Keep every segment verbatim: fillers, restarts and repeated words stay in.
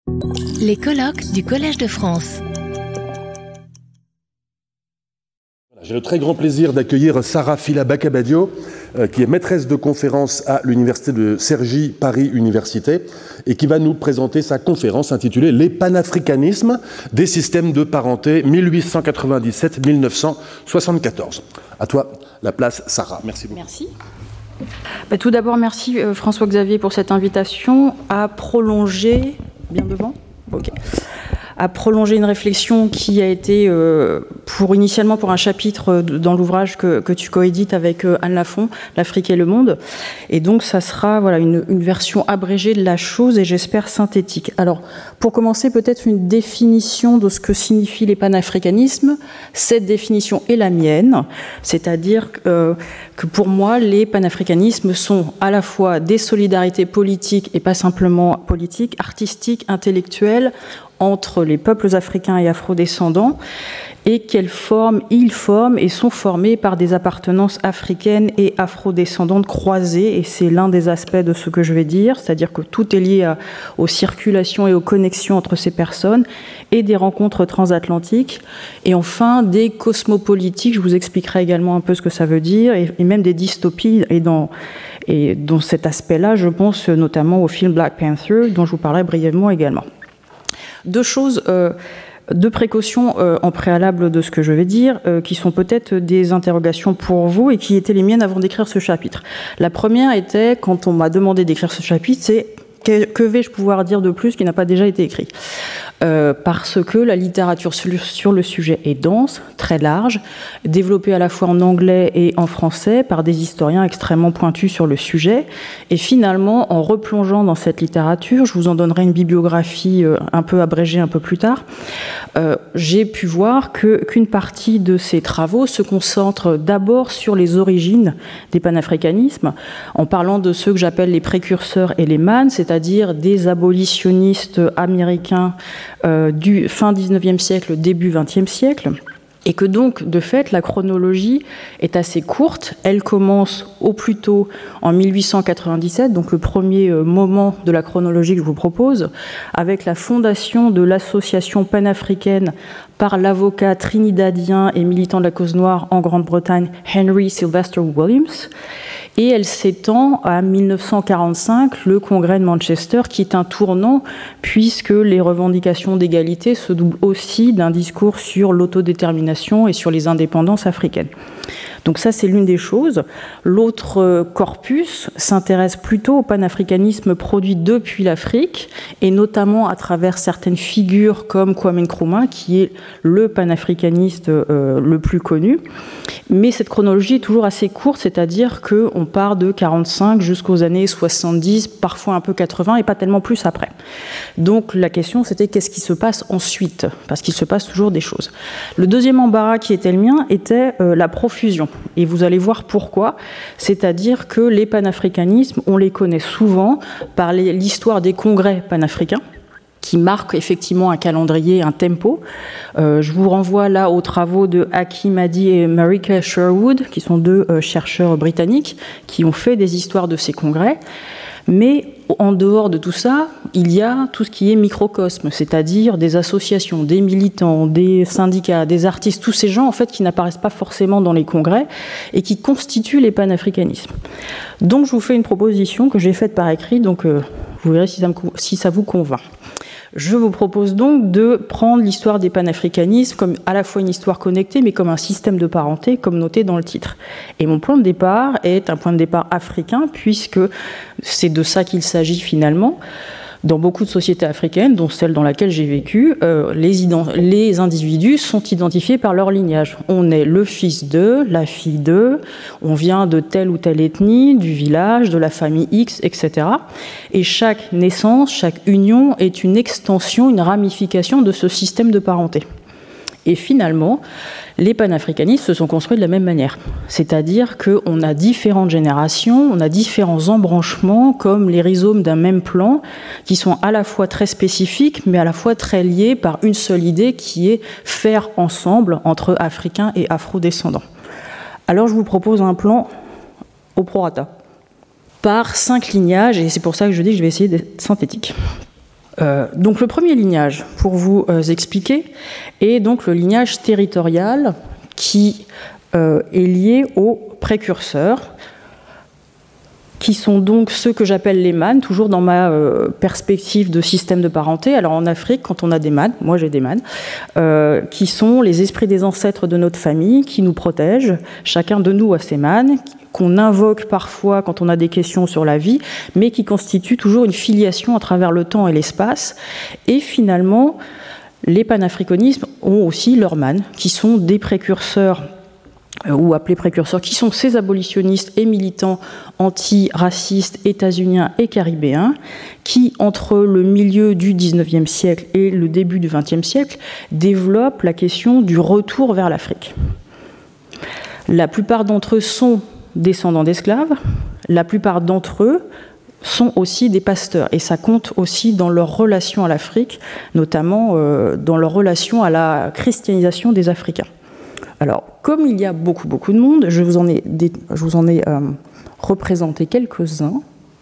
Les colloques du Collège de France. J'ai le très grand plaisir d'accueillir Sarah Fila-Bakabadio, euh, qui est maîtresse de conférence à l'université de Cergy, Paris Université, et qui va nous présenter sa conférence intitulée « Les panafricanismes des systèmes de parenté mille huit cent quatre-vingt-dix-sept à mille neuf cent soixante-quatorze ». À toi la place, Sarah. Merci beaucoup. Merci. Bah, tout d'abord, merci euh, François-Xavier pour cette invitation à prolonger... Bien devant ? Ok. À prolonger une réflexion qui a été euh, pour initialement pour un chapitre dans l'ouvrage que, que tu coédites avec euh, Anne Lafont, L'Afrique et le monde. Et donc ça sera voilà une, une version abrégée de la chose et j'espère synthétique. Alors pour commencer peut-être une définition de ce que signifient les panafricanismes. Cette définition est la mienne, c'est-à-dire euh, que pour moi les panafricanismes sont à la fois des solidarités politiques et pas simplement politiques, artistiques, intellectuelles, entre les peuples africains et afrodescendants, et qu'elles forment, ils forment et sont formés par des appartenances africaines et afrodescendantes croisées, et c'est l'un des aspects de ce que je vais dire, c'est-à-dire que tout est lié à, aux circulations et aux connexions entre ces personnes, et des rencontres transatlantiques, et enfin des cosmopolitiques, je vous expliquerai également un peu ce que ça veut dire, et, et même des dystopies, et dans... Et dans cet aspect-là, je pense notamment au film Black Panther, dont je vous parlerai brièvement également. Deux choses, euh, deux précautions euh, en préalable de ce que je vais dire, euh, qui sont peut-être des interrogations pour vous et qui étaient les miennes avant d'écrire ce chapitre. La première était, quand on m'a demandé d'écrire ce chapitre, c'est que, que vais-je pouvoir dire de plus qui n'a pas déjà été écrit ? Euh, parce que la littérature sur le sujet est dense, très large, développée à la fois en anglais et en français par des historiens extrêmement pointus sur le sujet. Et finalement, en replongeant dans cette littérature, je vous en donnerai une bibliographie un peu abrégée un peu plus tard, euh, j'ai pu voir que, qu'une partie de ces travaux se concentre d'abord sur les origines des panafricanismes, en parlant de ceux que j'appelle les précurseurs et les mânes, c'est-à-dire des abolitionnistes américains Euh, du fin dix-neuvième siècle, début vingtième siècle, et que donc, de fait, la chronologie est assez courte. Elle commence au plus tôt en mille huit cent quatre-vingt-dix-sept, donc le premier moment de la chronologie que je vous propose, avec la fondation de l'association panafricaine par l'avocat trinidadien et militant de la cause noire en Grande-Bretagne, Henry Sylvester Williams. Et elle s'étend à mille neuf cent quarante-cinq, le congrès de Manchester, qui est un tournant, puisque les revendications d'égalité se doublent aussi d'un discours sur l'autodétermination et sur les indépendances africaines. Donc ça, c'est l'une des choses. L'autre corpus s'intéresse plutôt au panafricanisme produit depuis l'Afrique, et notamment à travers certaines figures comme Kwame Nkrumah, qui est le panafricaniste euh, le plus connu. Mais cette chronologie est toujours assez courte, c'est-à-dire qu'on part de quarante-cinq jusqu'aux années soixante-dix, parfois un peu quatre-vingts, et pas tellement plus après. Donc la question, c'était qu'est-ce qui se passe ensuite ? Parce qu'il se passe toujours des choses. Le deuxième embarras qui était le mien était euh, la profusion. Et vous allez voir pourquoi. C'est-à-dire que les panafricanismes, on les connaît souvent par les, l'histoire des congrès panafricains, qui marquent effectivement un calendrier, un tempo. Euh, je vous renvoie là aux travaux de Hakim Hadi et Marika Sherwood, qui sont deux euh, chercheurs britanniques, qui ont fait des histoires de ces congrès. Mais en dehors de tout ça, il y a tout ce qui est microcosme, c'est-à-dire des associations, des militants, des syndicats, des artistes, tous ces gens en fait qui n'apparaissent pas forcément dans les congrès et qui constituent les panafricanismes. Donc je vous fais une proposition que j'ai faite par écrit, donc euh, vous verrez si ça, me, si ça vous convainc. Je vous propose donc de prendre l'histoire des panafricanismes comme à la fois une histoire connectée, mais comme un système de parenté, comme noté dans le titre. Et mon point de départ est un point de départ africain, puisque c'est de ça qu'il s'agit finalement. Dans beaucoup de sociétés africaines, dont celle dans laquelle j'ai vécu, euh, les, ident- les individus sont identifiés par leur lignage. On est le fils d'eux, la fille d'eux, on vient de telle ou telle ethnie, du village, de la famille X, et cetera. Et chaque naissance, chaque union est une extension, une ramification de ce système de parenté. Et finalement, les panafricanistes se sont construits de la même manière. C'est-à-dire qu'on a différentes générations, on a différents embranchements, comme les rhizomes d'un même plant, qui sont à la fois très spécifiques, mais à la fois très liés par une seule idée, qui est faire ensemble entre Africains et Afro-descendants. Alors je vous propose un plan au prorata, par cinq lignages, et c'est pour ça que je dis que je vais essayer d'être synthétique. Euh, donc le premier lignage, pour vous euh, expliquer, est donc le lignage territorial qui euh, est lié aux précurseurs, qui sont donc ceux que j'appelle les mânes, toujours dans ma euh, perspective de système de parenté. Alors en Afrique, quand on a des mânes, moi j'ai des mânes, euh, qui sont les esprits des ancêtres de notre famille, qui nous protègent. Chacun de nous a ses mânes, qu'on invoque parfois quand on a des questions sur la vie, mais qui constituent toujours une filiation à travers le temps et l'espace. Et finalement, les panafricanismes ont aussi leurs mânes, qui sont des précurseurs ou appelés précurseurs, qui sont ces abolitionnistes et militants anti-racistes états-uniens et caribéens, qui, entre le milieu du dix-neuvième siècle et le début du vingtième siècle, développent la question du retour vers l'Afrique. La plupart d'entre eux sont descendants d'esclaves, la plupart d'entre eux sont aussi des pasteurs, et ça compte aussi dans leur relation à l'Afrique, notamment euh, dans leur relation à la christianisation des Africains. Alors, comme il y a beaucoup, beaucoup de monde, je vous en ai, je vous en ai euh, représenté quelques-uns.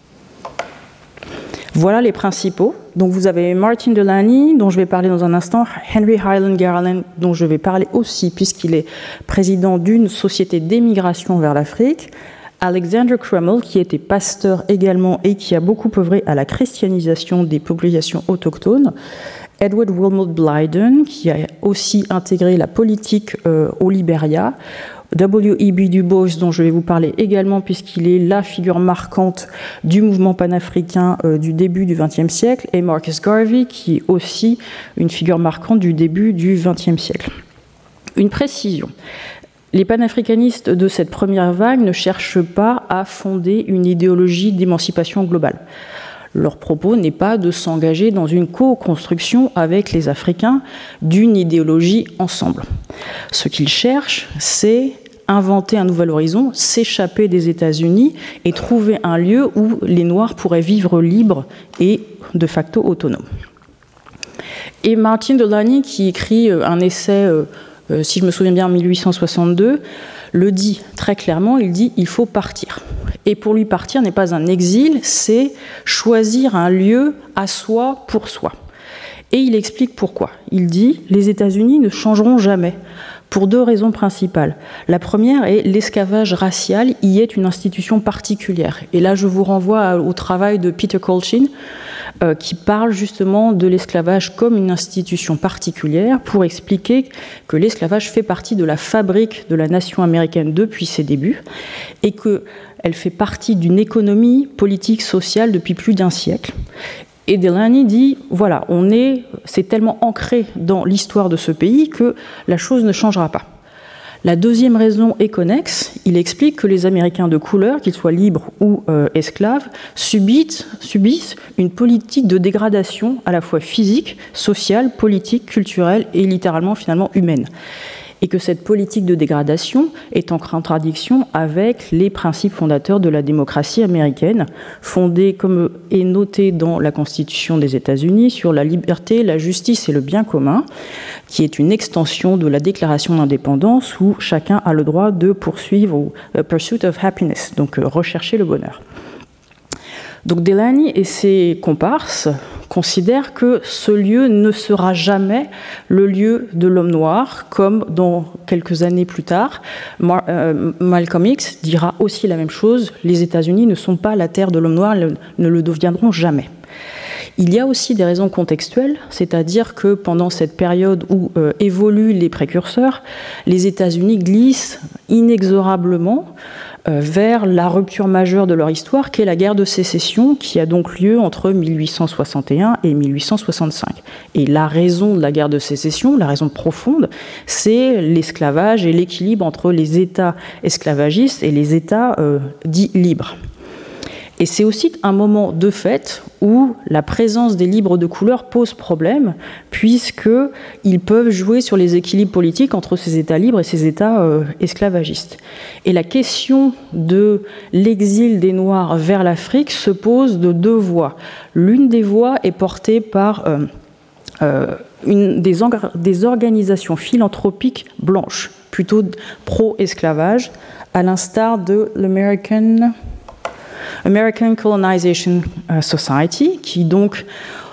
Voilà les principaux. Donc, vous avez Martin Delany, dont je vais parler dans un instant, Henry Highland Garland, dont je vais parler aussi, puisqu'il est président d'une société d'émigration vers l'Afrique, Alexander Crummell, qui était pasteur également et qui a beaucoup œuvré à la christianisation des populations autochtones, Edward Wilmot Blyden, qui a aussi intégré la politique euh, au Libéria, W E B Du Bois, dont je vais vous parler également, puisqu'il est la figure marquante du mouvement panafricain euh, du début du vingtième siècle, et Marcus Garvey, qui est aussi une figure marquante du début du vingtième siècle. Une précision. Les panafricanistes de cette première vague ne cherchent pas à fonder une idéologie d'émancipation globale. Leur propos n'est pas de s'engager dans une co-construction avec les Africains d'une idéologie ensemble. Ce qu'ils cherchent, c'est inventer un nouvel horizon, s'échapper des États-Unis et trouver un lieu où les Noirs pourraient vivre libres et de facto autonomes. Et Martin Delany, qui écrit un essai, euh, euh, si je me souviens bien, en mille huit cent soixante-deux, le dit très clairement, il dit « il faut partir ». Et pour lui, partir n'est pas un exil, c'est choisir un lieu à soi, pour soi. Et il explique pourquoi. Il dit « les États-Unis ne changeront jamais ». Pour deux raisons principales. La première est l'esclavage racial y est une institution particulière. Et là, je vous renvoie au travail de Peter Colchin, euh, qui parle justement de l'esclavage comme une institution particulière pour expliquer que l'esclavage fait partie de la fabrique de la nation américaine depuis ses débuts et qu'elle fait partie d'une économie politique, sociale depuis plus d'un siècle. Et Delany dit, voilà, on est, c'est tellement ancré dans l'histoire de ce pays que la chose ne changera pas. La deuxième raison est connexe. Il explique que les Américains de couleur, qu'ils soient libres ou euh, esclaves, subissent, subissent une politique de dégradation à la fois physique, sociale, politique, culturelle et littéralement finalement humaine. Et que cette politique de dégradation est en contradiction avec les principes fondateurs de la démocratie américaine, fondés, comme est noté dans la Constitution des États-Unis, sur la liberté, la justice et le bien commun, qui est une extension de la Déclaration d'indépendance où chacun a le droit de poursuivre, ou uh, pursuit of happiness, donc uh, rechercher le bonheur. Donc Delany et ses comparses considèrent que ce lieu ne sera jamais le lieu de l'homme noir, comme dans quelques années plus tard, Mar- euh, Malcolm X dira aussi la même chose, les États-Unis ne sont pas la terre de l'homme noir, ne le deviendront jamais. Il y a aussi des raisons contextuelles, c'est-à-dire que pendant cette période où euh, évoluent les précurseurs, les États-Unis glissent inexorablement euh, vers la rupture majeure de leur histoire, qui est la guerre de sécession, qui a donc lieu entre mille huit cent soixante et un et mille huit cent soixante-cinq. Et la raison de la guerre de sécession, la raison profonde, c'est l'esclavage et l'équilibre entre les États esclavagistes et les États euh, dits libres. Et c'est aussi un moment de fait où la présence des libres de couleur pose problème, puisqu'ils peuvent jouer sur les équilibres politiques entre ces États libres et ces États euh, esclavagistes. Et la question de l'exil des Noirs vers l'Afrique se pose de deux voies. L'une des voies est portée par euh, euh, une, des, des organisations philanthropiques blanches, plutôt pro-esclavage, à l'instar de l'American... American Colonization Society, qui donc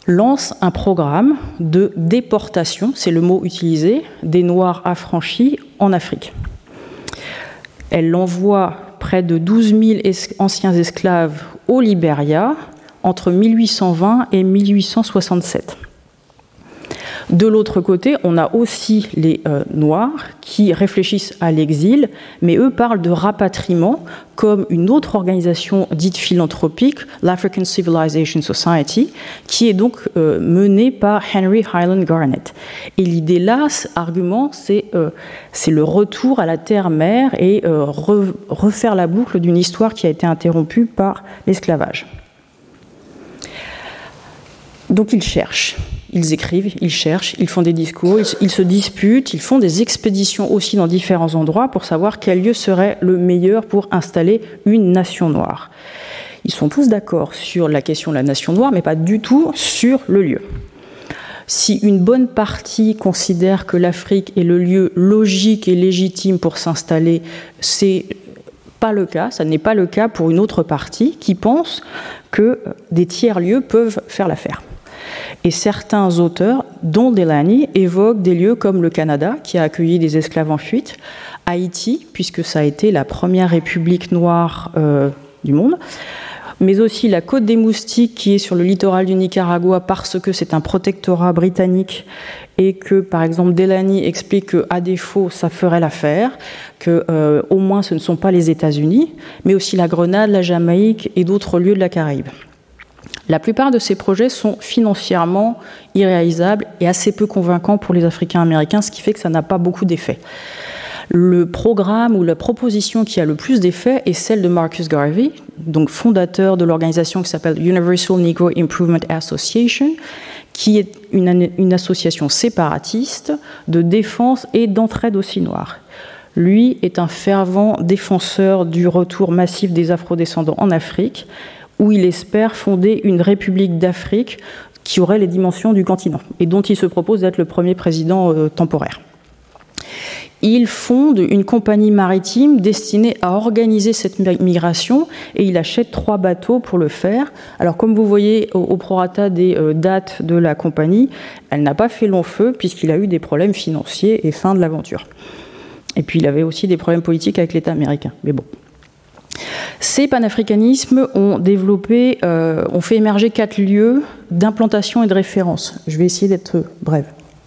lance un programme de déportation, c'est le mot utilisé, des Noirs affranchis en Afrique. Elle envoie près de douze mille es- anciens esclaves au Libéria entre mille huit cent vingt et mille huit cent soixante-sept. De l'autre côté, on a aussi les euh, Noirs qui réfléchissent à l'exil, mais eux parlent de rapatriement comme une autre organisation dite philanthropique, l'African Civilization Society, qui est donc euh, menée par Henry Highland Garnet. Et l'idée là, argument, c'est euh, c'est le retour à la terre-mère et euh, re, refaire la boucle d'une histoire qui a été interrompue par l'esclavage. Donc ils cherchent. Ils écrivent, ils cherchent, ils font des discours, ils, ils se disputent, ils font des expéditions aussi dans différents endroits pour savoir quel lieu serait le meilleur pour installer une nation noire. Ils sont tous d'accord sur la question de la nation noire, mais pas du tout sur le lieu. Si une bonne partie considère que l'Afrique est le lieu logique et légitime pour s'installer, c'est pas le cas, ça n'est pas le cas pour une autre partie qui pense que des tiers-lieux peuvent faire l'affaire. Et certains auteurs, dont Delany, évoquent des lieux comme le Canada, qui a accueilli des esclaves en fuite, Haïti, puisque ça a été la première république noire euh, du monde, mais aussi la Côte des Moustiques, qui est sur le littoral du Nicaragua, parce que c'est un protectorat britannique, et que, par exemple, Delany explique qu'à défaut, ça ferait l'affaire, qu'au euh, moins ce ne sont pas les États-Unis, mais aussi la Grenade, la Jamaïque et d'autres lieux de la Caraïbe. La plupart de ces projets sont financièrement irréalisables et assez peu convaincants pour les Africains américains, ce qui fait que ça n'a pas beaucoup d'effet. Le programme ou la proposition qui a le plus d'effet est celle de Marcus Garvey, donc fondateur de l'organisation qui s'appelle Universal Negro Improvement Association, qui est une, une association séparatiste de défense et d'entraide aussi noire. Lui est un fervent défenseur du retour massif des afrodescendants en Afrique, où il espère fonder une république d'Afrique qui aurait les dimensions du continent et dont il se propose d'être le premier président euh, temporaire. Il fonde une compagnie maritime destinée à organiser cette migration et il achète trois bateaux pour le faire. Alors comme vous voyez au, au prorata des euh, dates de la compagnie, elle n'a pas fait long feu puisqu'il a eu des problèmes financiers et fin de l'aventure. Et puis il avait aussi des problèmes politiques avec l'État américain, mais bon. Ces panafricanismes ont développé, euh, ont fait émerger quatre lieux d'implantation et de référence. Je vais essayer d'être brève.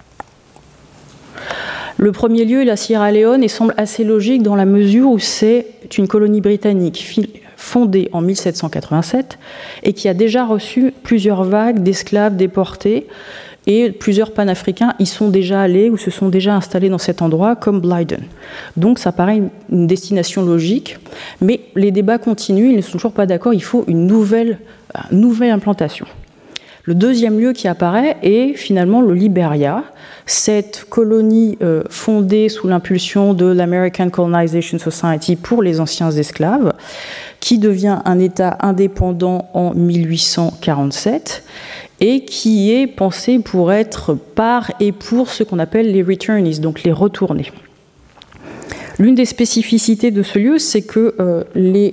Le premier lieu est la Sierra Leone et semble assez logique dans la mesure où c'est une colonie britannique fondée en mille sept cent quatre-vingt-sept et qui a déjà reçu plusieurs vagues d'esclaves déportés. Et plusieurs panafricains y sont déjà allés ou se sont déjà installés dans cet endroit, comme Blyden. Donc ça paraît une destination logique, mais les débats continuent, ils ne sont toujours pas d'accord, il faut une nouvelle, une nouvelle implantation. Le deuxième lieu qui apparaît est finalement le Libéria, cette colonie euh, fondée sous l'impulsion de l'American Colonization Society pour les anciens esclaves, qui devient un État indépendant en mille huit cent quarante-sept, et qui est pensé pour être par et pour ce qu'on appelle les returnees, donc les retournés. L'une des spécificités de ce lieu, c'est que euh, les,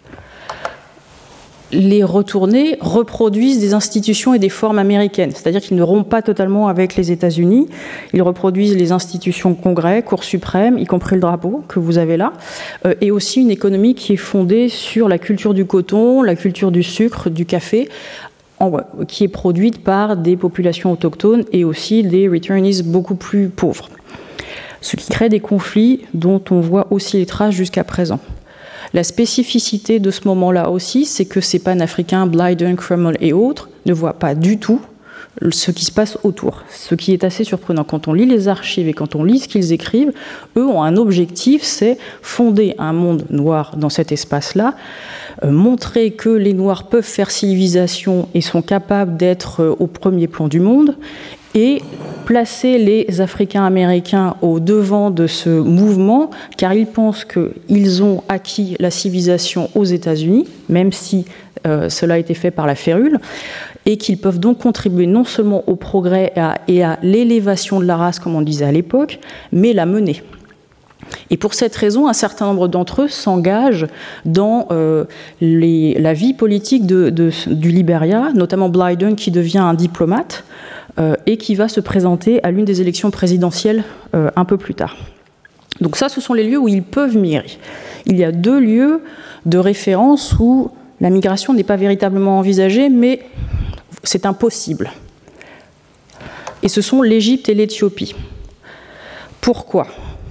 les retournés reproduisent des institutions et des formes américaines, c'est-à-dire qu'ils ne rompent pas totalement avec les États-Unis. Ils reproduisent les institutions Congrès, Cour suprême, y compris le drapeau que vous avez là, euh, et aussi une économie qui est fondée sur la culture du coton, la culture du sucre, du café, qui est produite par des populations autochtones et aussi des returnees beaucoup plus pauvres. Ce qui crée des conflits dont on voit aussi les traces jusqu'à présent. La spécificité de ce moment-là aussi, c'est que ces panafricains, Blyden, Cromwell et autres, ne voient pas du tout ce qui se passe autour. Ce qui est assez surprenant. Quand on lit les archives et quand on lit ce qu'ils écrivent, eux ont un objectif, c'est fonder un monde noir dans cet espace-là, euh, montrer que les Noirs peuvent faire civilisation et sont capables d'être euh, au premier plan du monde, et placer les Africains-Américains au devant de ce mouvement, car ils pensent qu'ils ont acquis la civilisation aux États-Unis, même si euh, cela a été fait par la férule, et qu'ils peuvent donc contribuer non seulement au progrès et à, et à l'élévation de la race, comme on disait à l'époque, mais la mener. Et pour cette raison, un certain nombre d'entre eux s'engagent dans euh, les, la vie politique de, de, du Libéria, notamment Blyden qui devient un diplomate euh, et qui va se présenter à l'une des élections présidentielles euh, un peu plus tard. Donc ça, ce sont les lieux où ils peuvent migrer. Il y a deux lieux de référence où la migration n'est pas véritablement envisagée, mais c'est impossible. Et ce sont l'Égypte et l'Éthiopie. Pourquoi ?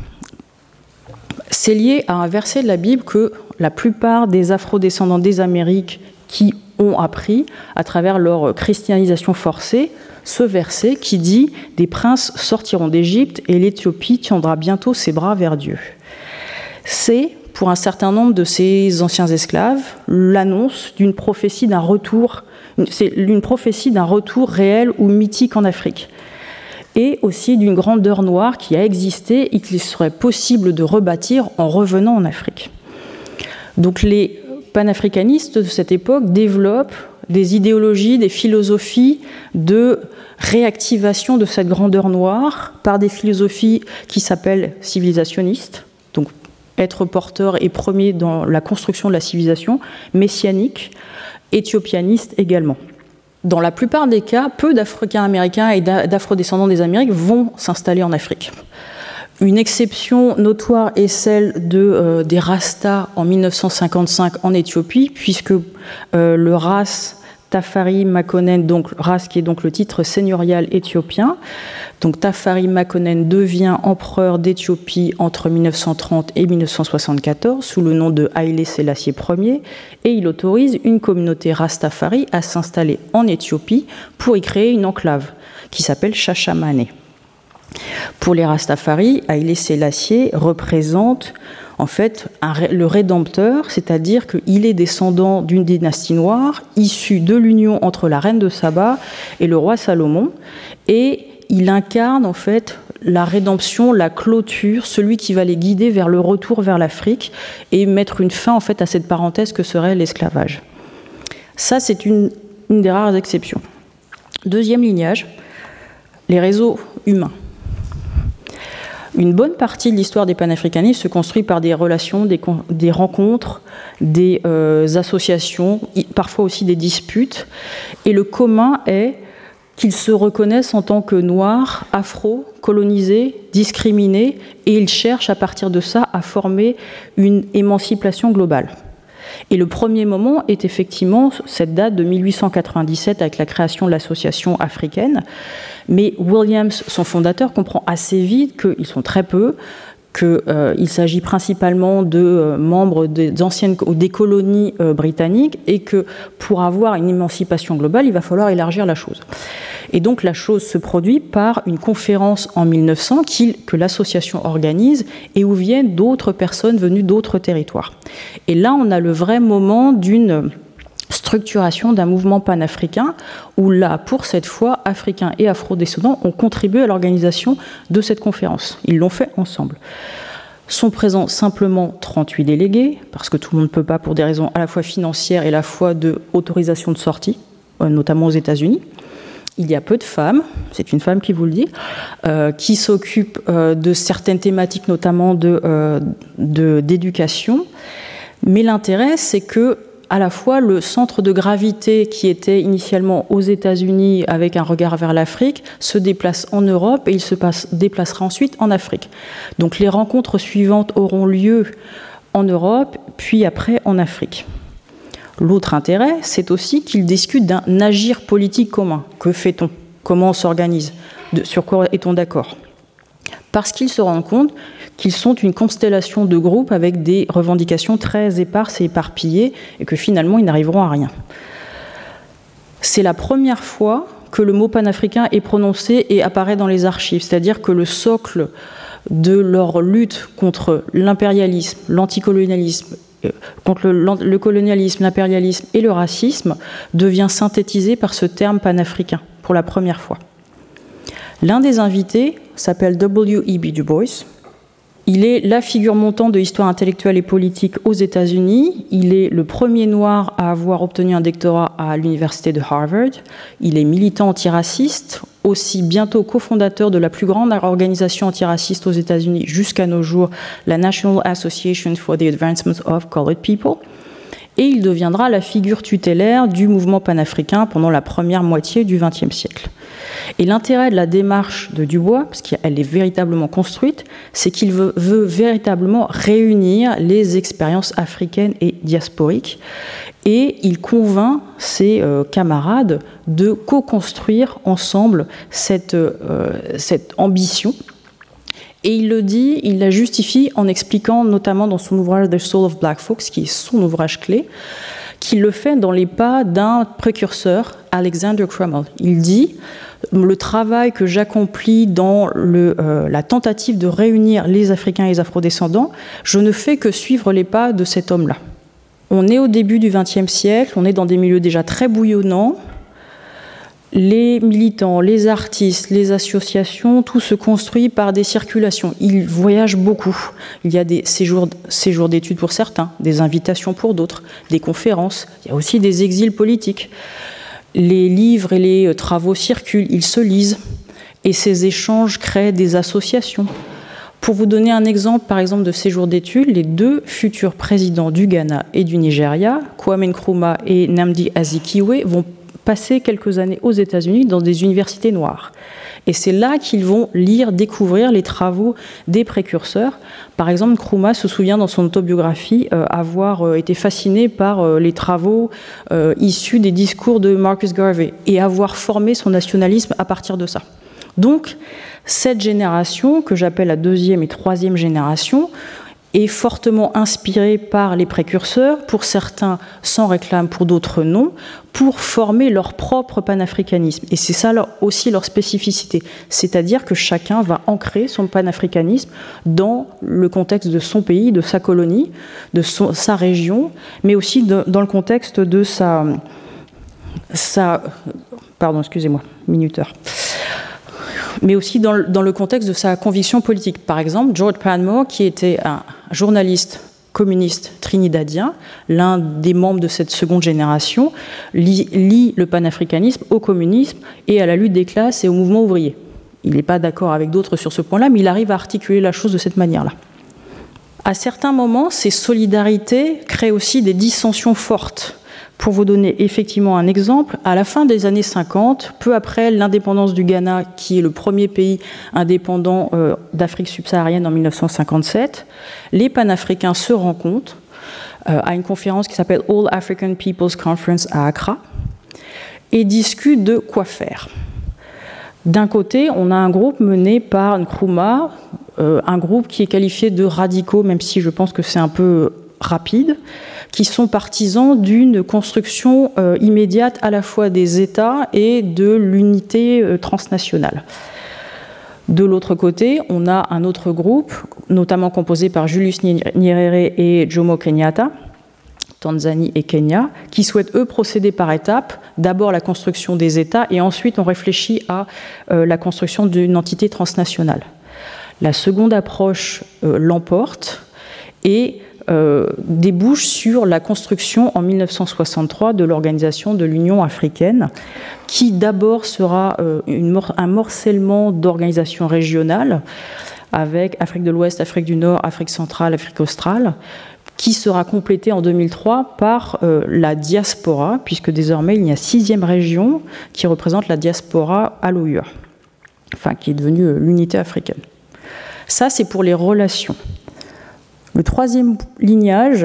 C'est lié à un verset de la Bible que la plupart des afro-descendants des Amériques qui ont appris à travers leur christianisation forcée, ce verset qui dit « Des princes sortiront d'Égypte et l'Éthiopie tiendra bientôt ses bras vers Dieu ». C'est, pour un certain nombre de ces anciens esclaves, l'annonce d'une prophétie d'un retour, c'est une prophétie d'un retour réel ou mythique en Afrique. Et aussi d'une grandeur noire qui a existé et qu'il serait possible de rebâtir en revenant en Afrique. Donc les panafricanistes de cette époque développent des idéologies, des philosophies de réactivation de cette grandeur noire par des philosophies qui s'appellent civilisationnistes, donc être porteur et premier dans la construction de la civilisation, messianique, éthiopianiste également. Dans la plupart des cas, peu d'Africains-Américains et d'Afro-descendants des Amériques vont s'installer en Afrique. Une exception notoire est celle de, euh, des Rastas en mille neuf cent cinquante-cinq en Éthiopie, puisque euh, le Ras Tafari Makonnen, donc Ras qui est donc le titre seigneurial éthiopien, donc Tafari Makonnen devient empereur d'Éthiopie entre mille neuf cent trente et mille neuf cent soixante-quatorze sous le nom de Haïlé Sélassié Ier, et il autorise une communauté Rastafari à s'installer en Éthiopie pour y créer une enclave qui s'appelle Shashamane. Pour les Rastafari, Haïlé Sélassié représente en fait un, le rédempteur, c'est-à-dire qu'il est descendant d'une dynastie noire issue de l'union entre la reine de Saba et le roi Salomon, et il incarne en fait la rédemption, la clôture, celui qui va les guider vers le retour vers l'Afrique et mettre une fin en fait à cette parenthèse que serait l'esclavage. Ça, c'est une, une des rares exceptions. Deuxième lignage, les réseaux humains. Une bonne partie de l'histoire des panafricanistes se construit par des relations, des, des rencontres, des euh, associations, parfois aussi des disputes. Et le commun est qu'ils se reconnaissent en tant que noirs, afro, colonisés, discriminés, et ils cherchent à partir de ça à former une émancipation globale. Et le premier moment est effectivement cette date de mille huit cent quatre-vingt-dix-sept avec la création de l'association africaine. Mais Williams, son fondateur, comprend assez vite qu'ils sont très peu, qu'il euh, s'agit principalement de euh, membres des anciennes ou des colonies euh, britanniques et que pour avoir une émancipation globale, il va falloir élargir la chose. Et donc la chose se produit par une conférence en mille neuf cents qui, que l'association organise et où viennent d'autres personnes venues d'autres territoires. Et là, on a le vrai moment d'une structuration d'un mouvement panafricain où là, pour cette fois, Africains et Afro-descendants ont contribué à l'organisation de cette conférence. Ils l'ont fait ensemble. Sont présents simplement trente-huit délégués, parce que tout le monde ne peut pas, pour des raisons à la fois financières et à la fois d'autorisation de sortie, notamment aux États-Unis. Il y a peu de femmes, c'est une femme qui vous le dit, euh, qui s'occupe euh, de certaines thématiques, notamment de, euh, de, d'éducation. Mais l'intérêt, c'est que à la fois le centre de gravité qui était initialement aux États-Unis avec un regard vers l'Afrique se déplace en Europe et il se passe, déplacera ensuite en Afrique. Donc les rencontres suivantes auront lieu en Europe, puis après en Afrique. L'autre intérêt, c'est aussi qu'ils discutent d'un agir politique commun. Que fait-on ? Comment on s'organise ? Sur quoi est-on d'accord ? Parce qu'ils se rendent compte qu'ils sont une constellation de groupes avec des revendications très éparses et éparpillées et que finalement, ils n'arriveront à rien. C'est la première fois que le mot panafricain est prononcé et apparaît dans les archives, c'est-à-dire que le socle de leur lutte contre l'impérialisme, l'anticolonialisme, contre le, le colonialisme, l'impérialisme et le racisme devient synthétisé par ce terme panafricain pour la première fois. L'un des invités s'appelle W E B Du Bois. Il est la figure montante de l'histoire intellectuelle et politique aux États-Unis. Il est le premier noir à avoir obtenu un doctorat à l'université de Harvard. Il est militant antiraciste, aussi bientôt cofondateur de la plus grande organisation antiraciste aux États-Unis jusqu'à nos jours, la National Association for the Advancement of Colored People. Et il deviendra la figure tutélaire du mouvement panafricain pendant la première moitié du vingtième siècle. Et l'intérêt de la démarche de Dubois, parce qu'elle est véritablement construite, c'est qu'il veut, veut véritablement réunir les expériences africaines et diasporiques. Et il convainc ses euh, camarades de co-construire ensemble cette, euh, cette ambition. Et il le dit, il la justifie en expliquant notamment dans son ouvrage The Soul of Black Folks, qui est son ouvrage clé, qu'il le fait dans les pas d'un précurseur, Alexander Crummell. Il dit « Le travail que j'accomplis dans le, euh, la tentative de réunir les Africains et les Afrodescendants, je ne fais que suivre les pas de cet homme-là. » On est au début du vingtième siècle, on est dans des milieux déjà très bouillonnants. Les militants, les artistes, les associations, tout se construit par des circulations. Ils voyagent beaucoup. Il y a des séjours, séjours d'études pour certains, des invitations pour d'autres, des conférences. Il y a aussi des exils politiques. Les livres et les travaux circulent, ils se lisent. Et ces échanges créent des associations. Pour vous donner un exemple, par exemple, de séjours d'études, les deux futurs présidents du Ghana et du Nigeria, Kwame Nkrumah et Nnamdi Azikiwe, vont passer quelques années aux États-Unis dans des universités noires. Et c'est là qu'ils vont lire, découvrir les travaux des précurseurs. Par exemple, Nkrumah se souvient dans son autobiographie euh, avoir euh, été fasciné par euh, les travaux euh, issus des discours de Marcus Garvey et avoir formé son nationalisme à partir de ça. Donc, cette génération, que j'appelle la deuxième et troisième génération, est fortement inspirée par les précurseurs, pour certains s'en réclament, pour d'autres non, pour former leur propre panafricanisme. Et c'est ça leur, aussi leur spécificité, c'est-à-dire que chacun va ancrer son panafricanisme dans le contexte de son pays, de sa colonie, de son, sa région, mais aussi de, dans le contexte de sa... sa pardon, excusez-moi, minuteur. mais aussi dans le, dans le contexte de sa conviction politique. Par exemple, George Panmure, qui était un journaliste communiste trinidadien, l'un des membres de cette seconde génération, lie, lie le panafricanisme au communisme et à la lutte des classes et au mouvement ouvrier. Il n'est pas d'accord avec d'autres sur ce point-là, mais il arrive à articuler la chose de cette manière-là. À certains moments, ces solidarités créent aussi des dissensions fortes. Pour vous donner effectivement un exemple, à la fin des années cinquante, peu après l'indépendance du Ghana, qui est le premier pays indépendant euh, d'Afrique subsaharienne en mille neuf cent cinquante-sept, les panafricains se rencontrent euh, à une conférence qui s'appelle All African People's Conference à Accra et discutent de quoi faire. D'un côté, on a un groupe mené par Nkrumah, euh, un groupe qui est qualifié de radicaux, même si je pense que c'est un peu rapide, qui sont partisans d'une construction euh, immédiate à la fois des États et de l'unité euh, transnationale. De l'autre côté, on a un autre groupe, notamment composé par Julius Nyerere et Jomo Kenyatta, Tanzanie et Kenya, qui souhaitent, eux, procéder par étapes. D'abord la construction des États et ensuite on réfléchit à euh, la construction d'une entité transnationale. La seconde approche euh, l'emporte et Euh, débouche sur la construction en mille neuf cent soixante-trois de l'organisation de l'Union africaine, qui d'abord sera euh, une mor- un morcellement d'organisations régionales, avec Afrique de l'Ouest, Afrique du Nord, Afrique centrale, Afrique australe, qui sera complétée en deux mille trois par euh, la diaspora, puisque désormais il y a une sixième région qui représente la diaspora à l'O U A, enfin qui est devenue euh, l'unité africaine. Ça, c'est pour les relations. Le troisième lignage,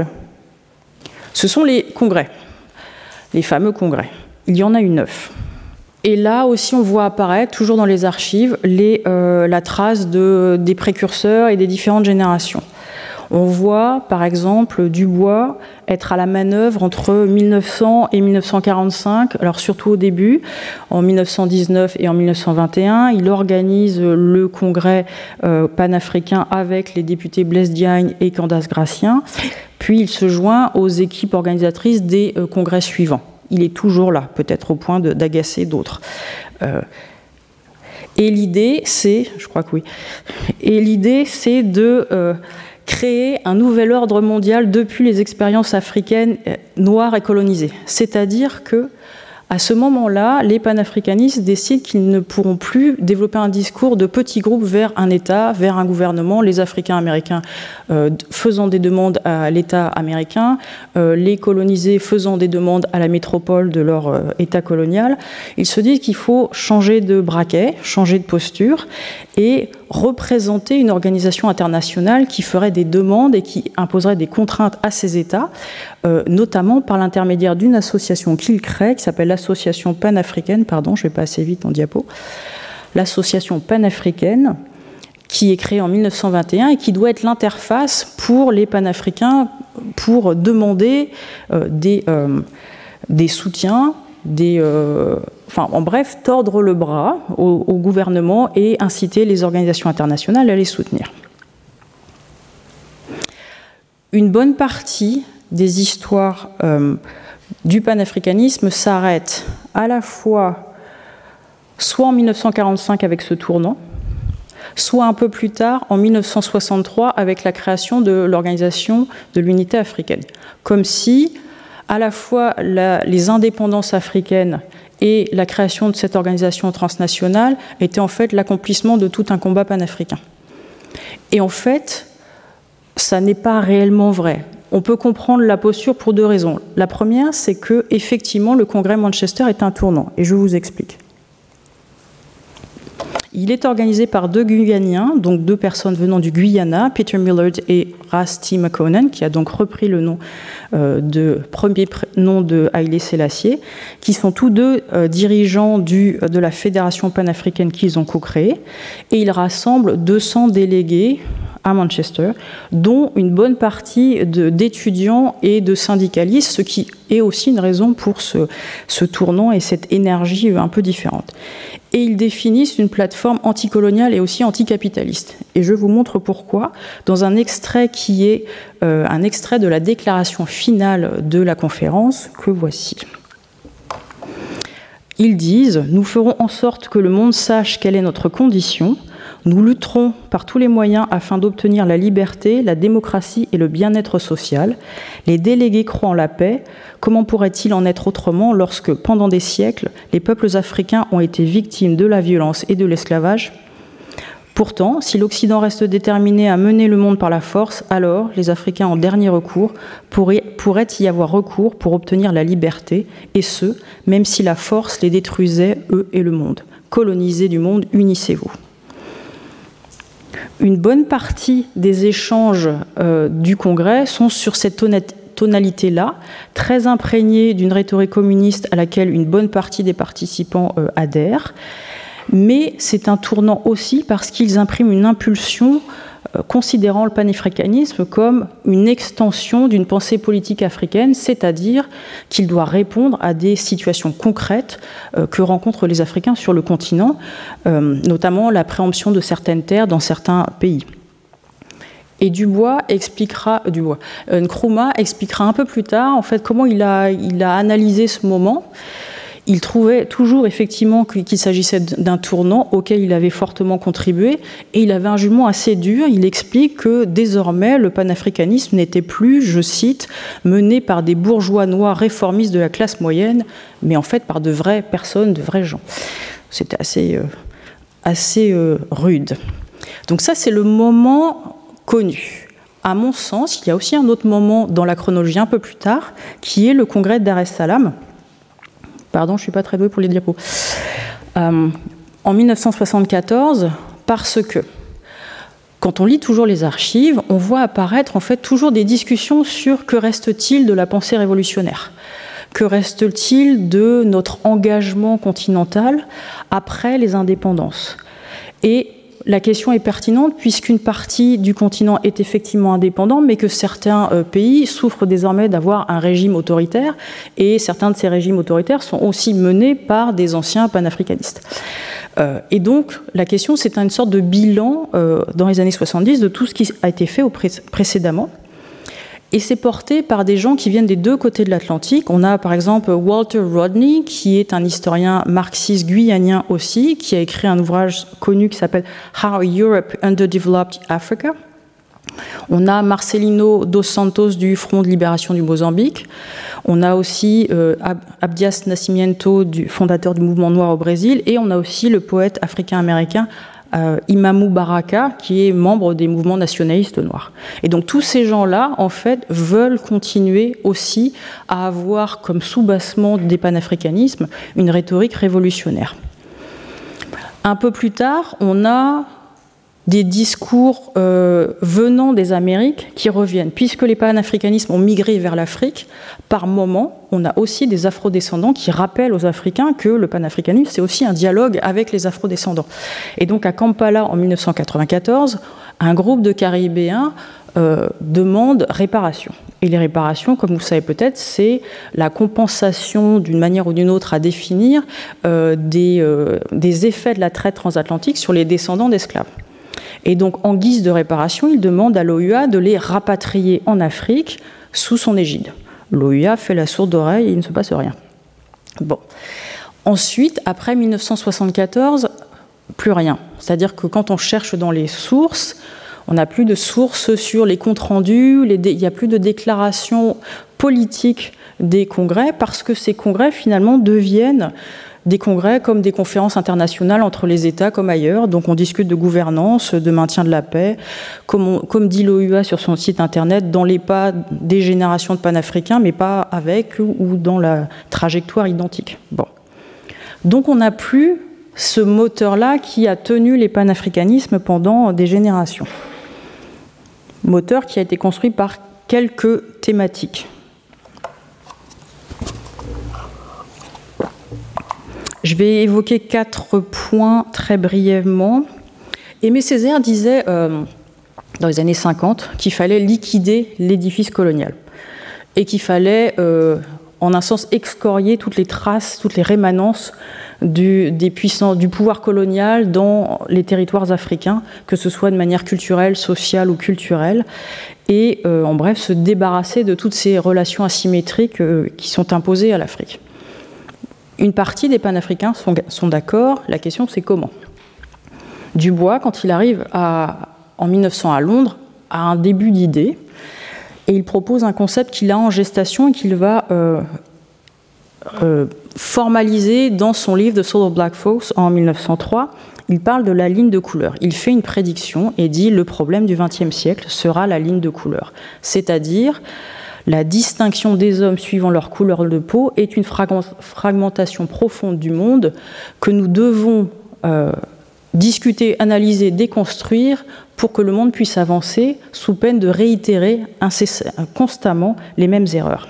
ce sont les congrès, les fameux congrès. Il y en a eu neuf. Et là aussi, on voit apparaître, toujours dans les archives, les, euh, la trace de, des précurseurs et des différentes générations. On voit, par exemple, Dubois être à la manœuvre entre mille neuf cents et mille neuf cent quarante-cinq, alors surtout au début, en mille neuf cent dix-neuf et en mille neuf cent vingt et un. Il organise le congrès euh, panafricain avec les députés Blaise Diagne et Candace Gratien, puis il se joint aux équipes organisatrices des euh, congrès suivants. Il est toujours là, peut-être au point de, d'agacer d'autres. Euh, Et l'idée, c'est, je crois que oui, et l'idée, c'est de euh, créer un nouvel ordre mondial depuis les expériences africaines noires et colonisées. C'est-à-dire que à ce moment-là, les panafricanistes décident qu'ils ne pourront plus développer un discours de petits groupes vers un État, vers un gouvernement, les Africains américains euh, faisant des demandes à l'État américain, euh, les colonisés faisant des demandes à la métropole de leur euh, État colonial. Ils se disent qu'il faut changer de braquet, changer de posture et représenter une organisation internationale qui ferait des demandes et qui imposerait des contraintes à ces États, euh, notamment par l'intermédiaire d'une association qu'ils créent, qui s'appelle l'Association panafricaine, pardon, je vais pas assez vite en diapo, l'Association panafricaine, qui est créée en mille neuf cent vingt et un et qui doit être l'interface pour les panafricains pour demander euh, des, euh, des soutiens, des, euh, enfin, en bref, tordre le bras au, au gouvernement et inciter les organisations internationales à les soutenir. Une bonne partie des histoires euh, du panafricanisme s'arrête à la fois soit en mille neuf cent quarante-cinq avec ce tournant, soit un peu plus tard en mille neuf cent soixante-trois avec la création de l'Organisation de l'Unité africaine. Comme si à la fois la, les indépendances africaines et la création de cette organisation transnationale étaient en fait l'accomplissement de tout un combat panafricain. Et en fait, ça n'est pas réellement vrai. On peut comprendre la posture pour deux raisons. La première, c'est que effectivement, le congrès Manchester est un tournant, et je vous explique. Il est organisé par deux Guyaniens, donc deux personnes venant du Guyana, Peter Millard et Ras T. Makonnen, qui a donc repris le nom euh, de premier nom de Haïlé Sélassié, qui sont tous deux euh, dirigeants du, de la fédération panafricaine qu'ils ont co-créée, et ils rassemblent deux cents délégués à Manchester, dont une bonne partie de, d'étudiants et de syndicalistes, ce qui est aussi une raison pour ce, ce tournant et cette énergie un peu différente. Et ils définissent une plateforme anticoloniale et aussi anticapitaliste. Et je vous montre pourquoi dans un extrait qui est euh, un extrait de la déclaration finale de la conférence que voici. Ils disent « Nous ferons en sorte que le monde sache quelle est notre condition. Nous lutterons par tous les moyens afin d'obtenir la liberté, la démocratie et le bien-être social. Les délégués croient en la paix. Comment pourrait-il en être autrement lorsque, pendant des siècles, les peuples africains ont été victimes de la violence et de l'esclavage ? Pourtant, si l'Occident reste déterminé à mener le monde par la force, alors les Africains en dernier recours pourraient, pourraient y avoir recours pour obtenir la liberté, et ce, même si la force les détruisait, eux et le monde. Colonisés du monde, unissez-vous. » Une bonne partie des échanges euh, du Congrès sont sur cette tonalité-là, très imprégnée d'une rhétorique communiste à laquelle une bonne partie des participants euh, adhèrent. Mais c'est un tournant aussi parce qu'ils impriment une impulsion euh, considérant le panafricanisme comme une extension d'une pensée politique africaine, c'est-à-dire qu'il doit répondre à des situations concrètes euh, que rencontrent les Africains sur le continent, euh, notamment la préemption de certaines terres dans certains pays. Et Dubois expliquera, euh, Dubois, euh, Nkrumah expliquera un peu plus tard en fait comment il a, il a analysé ce moment. Il trouvait toujours effectivement qu'il s'agissait d'un tournant auquel il avait fortement contribué et il avait un jugement assez dur. Il explique que désormais le panafricanisme n'était plus, je cite, mené par des bourgeois noirs réformistes de la classe moyenne, mais en fait par de vraies personnes, de vrais gens. C'était assez, euh, assez euh, rude. Donc ça, c'est le moment connu. À mon sens, il y a aussi un autre moment dans la chronologie un peu plus tard, qui est le congrès de Dar es Salaam. Pardon, je ne suis pas très douée pour les diapos. Euh, en mille neuf cent soixante-quatorze, parce que, quand on lit toujours les archives, on voit apparaître en fait toujours des discussions sur que reste-t-il de la pensée révolutionnaire ? Que reste-t-il de notre engagement continental après les indépendances ? Et la question est pertinente puisqu'une partie du continent est effectivement indépendant, mais que certains euh, pays souffrent désormais d'avoir un régime autoritaire, et certains de ces régimes autoritaires sont aussi menés par des anciens panafricanistes. Euh, et donc, la question, c'est une sorte de bilan euh, dans les années soixante-dix de tout ce qui a été fait au pré- précédemment. Et c'est porté par des gens qui viennent des deux côtés de l'Atlantique. On a par exemple Walter Rodney, qui est un historien marxiste guyanien aussi, qui a écrit un ouvrage connu qui s'appelle « How Europe Underdeveloped Africa ». On a Marcelino dos Santos du Front de libération du Mozambique. On a aussi euh, Abdias Nascimento, du fondateur du mouvement noir au Brésil. Et on a aussi le poète africain-américain euh, Imamou Baraka, qui est membre des mouvements nationalistes noirs. Et donc tous ces gens-là, en fait, veulent continuer aussi à avoir comme sous-bassement des panafricanismes une rhétorique révolutionnaire. Un peu plus tard, on a des discours euh, venant des Amériques qui reviennent. Puisque les panafricanismes ont migré vers l'Afrique, par moment, on a aussi des afrodescendants qui rappellent aux Africains que le panafricanisme, c'est aussi un dialogue avec les afrodescendants. Et donc à Kampala, en mille neuf cent quatre-vingt-quatorze, un groupe de Caribéens euh, demande réparation. Et les réparations, comme vous le savez peut-être, c'est la compensation d'une manière ou d'une autre à définir euh, des, euh, des effets de la traite transatlantique sur les descendants d'esclaves. Et donc, en guise de réparation, il demande à l'O U A de les rapatrier en Afrique sous son égide. L'O U A fait la sourde oreille et il ne se passe rien. Bon. Ensuite, après mille neuf cent soixante-quatorze, plus rien. C'est-à-dire que quand on cherche dans les sources, on n'a plus de sources sur les comptes rendus, les dé... il n'y a plus de déclarations politiques des congrès, parce que ces congrès, finalement, deviennent des congrès comme des conférences internationales entre les États comme ailleurs. Donc on discute de gouvernance, de maintien de la paix, comme, on, comme dit l'O U A sur son site internet, dans les pas des générations de panafricains, mais pas avec ou dans la trajectoire identique. Bon. Donc on n'a plus ce moteur-là qui a tenu les panafricanismes pendant des générations. Moteur qui a été construit par quelques thématiques. Je vais évoquer quatre points très brièvement. Aimé Césaire disait, euh, dans les années cinquante, qu'il fallait liquider l'édifice colonial et qu'il fallait, euh, en un sens, excorier toutes les traces, toutes les rémanences du, des puissances, du pouvoir colonial dans les territoires africains, que ce soit de manière culturelle, sociale ou culturelle, et euh, en bref, se débarrasser de toutes ces relations asymétriques euh, qui sont imposées à l'Afrique. Une partie des panafricains sont, sont d'accord, la question c'est comment. Dubois, quand il arrive à, en mille neuf cents à Londres, a un début d'idée et il propose un concept qu'il a en gestation et qu'il va euh, euh, formaliser dans son livre The Soul of Black Folks en mille neuf cent trois. Il parle de la ligne de couleur. Il fait une prédiction et dit le problème du vingtième siècle sera la ligne de couleur, c'est-à-dire la distinction des hommes suivant leur couleur de peau est une fragmentation profonde du monde que nous devons euh, discuter, analyser, déconstruire pour que le monde puisse avancer sous peine de réitérer incess- constamment les mêmes erreurs.